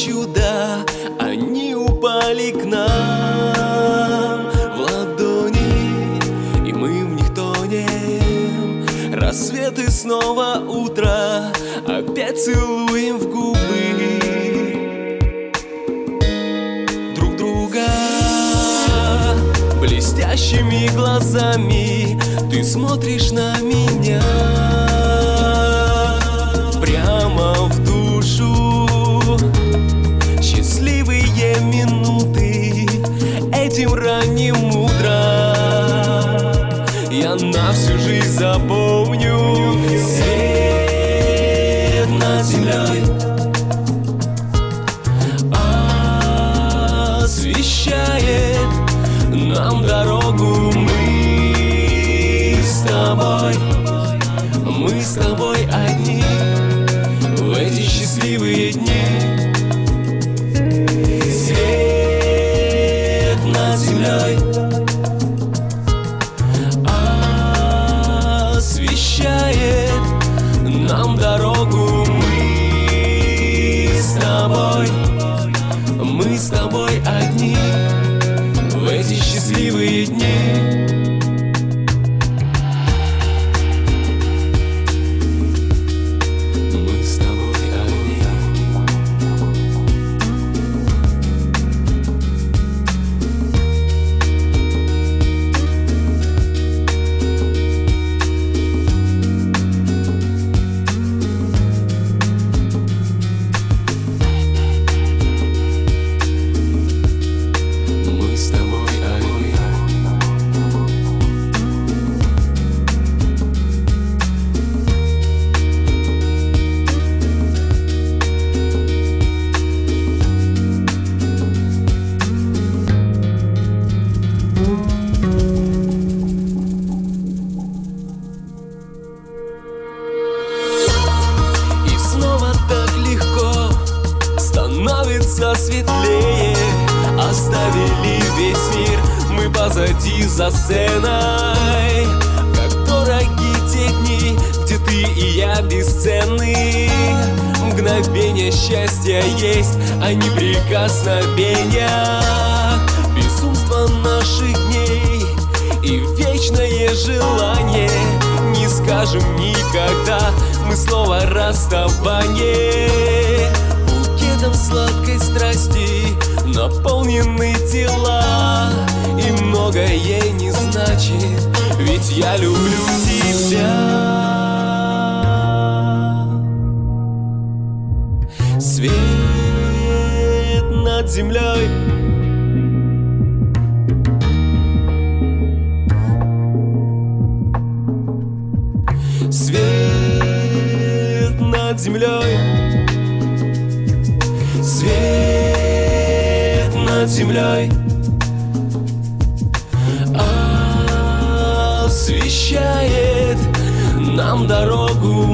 чуда, они упали к нам в ладони, и мы в них тонем. Рассвет и снова утро, опять целуем в губы друг друга. Блестящими глазами ты смотришь на меня, прямо в душу. Счастливые минуты этим ранним утром я на всю жизнь запомню. Свет над землей освещает нам дорогу. Мы с тобой одни в эти счастливые дни. Свет над землей освещает нам дорогу. Мы с тобой одни в эти счастливые дни. Становится светлее, оставили весь мир мы позади за сценой. Как дороги те дни, где ты и я бесценны. Мгновения счастья есть, а не прикосновения. Безумство наших дней и вечное желание. Не скажем никогда мы снова расставание. Сладкой страсти наполнены тела, и многое не значит, ведь я люблю тебя. Свет над землей свет над землей. Свет над землей освещает нам дорогу.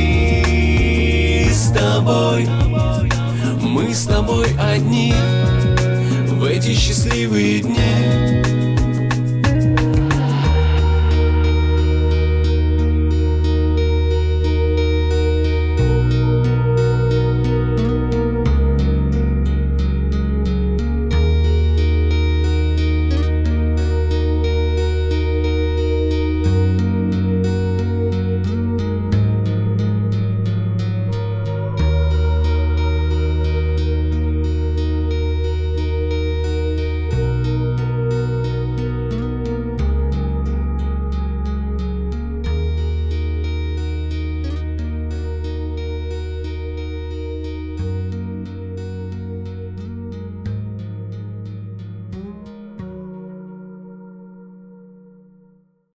Мы с тобой одни в эти счастливые дни.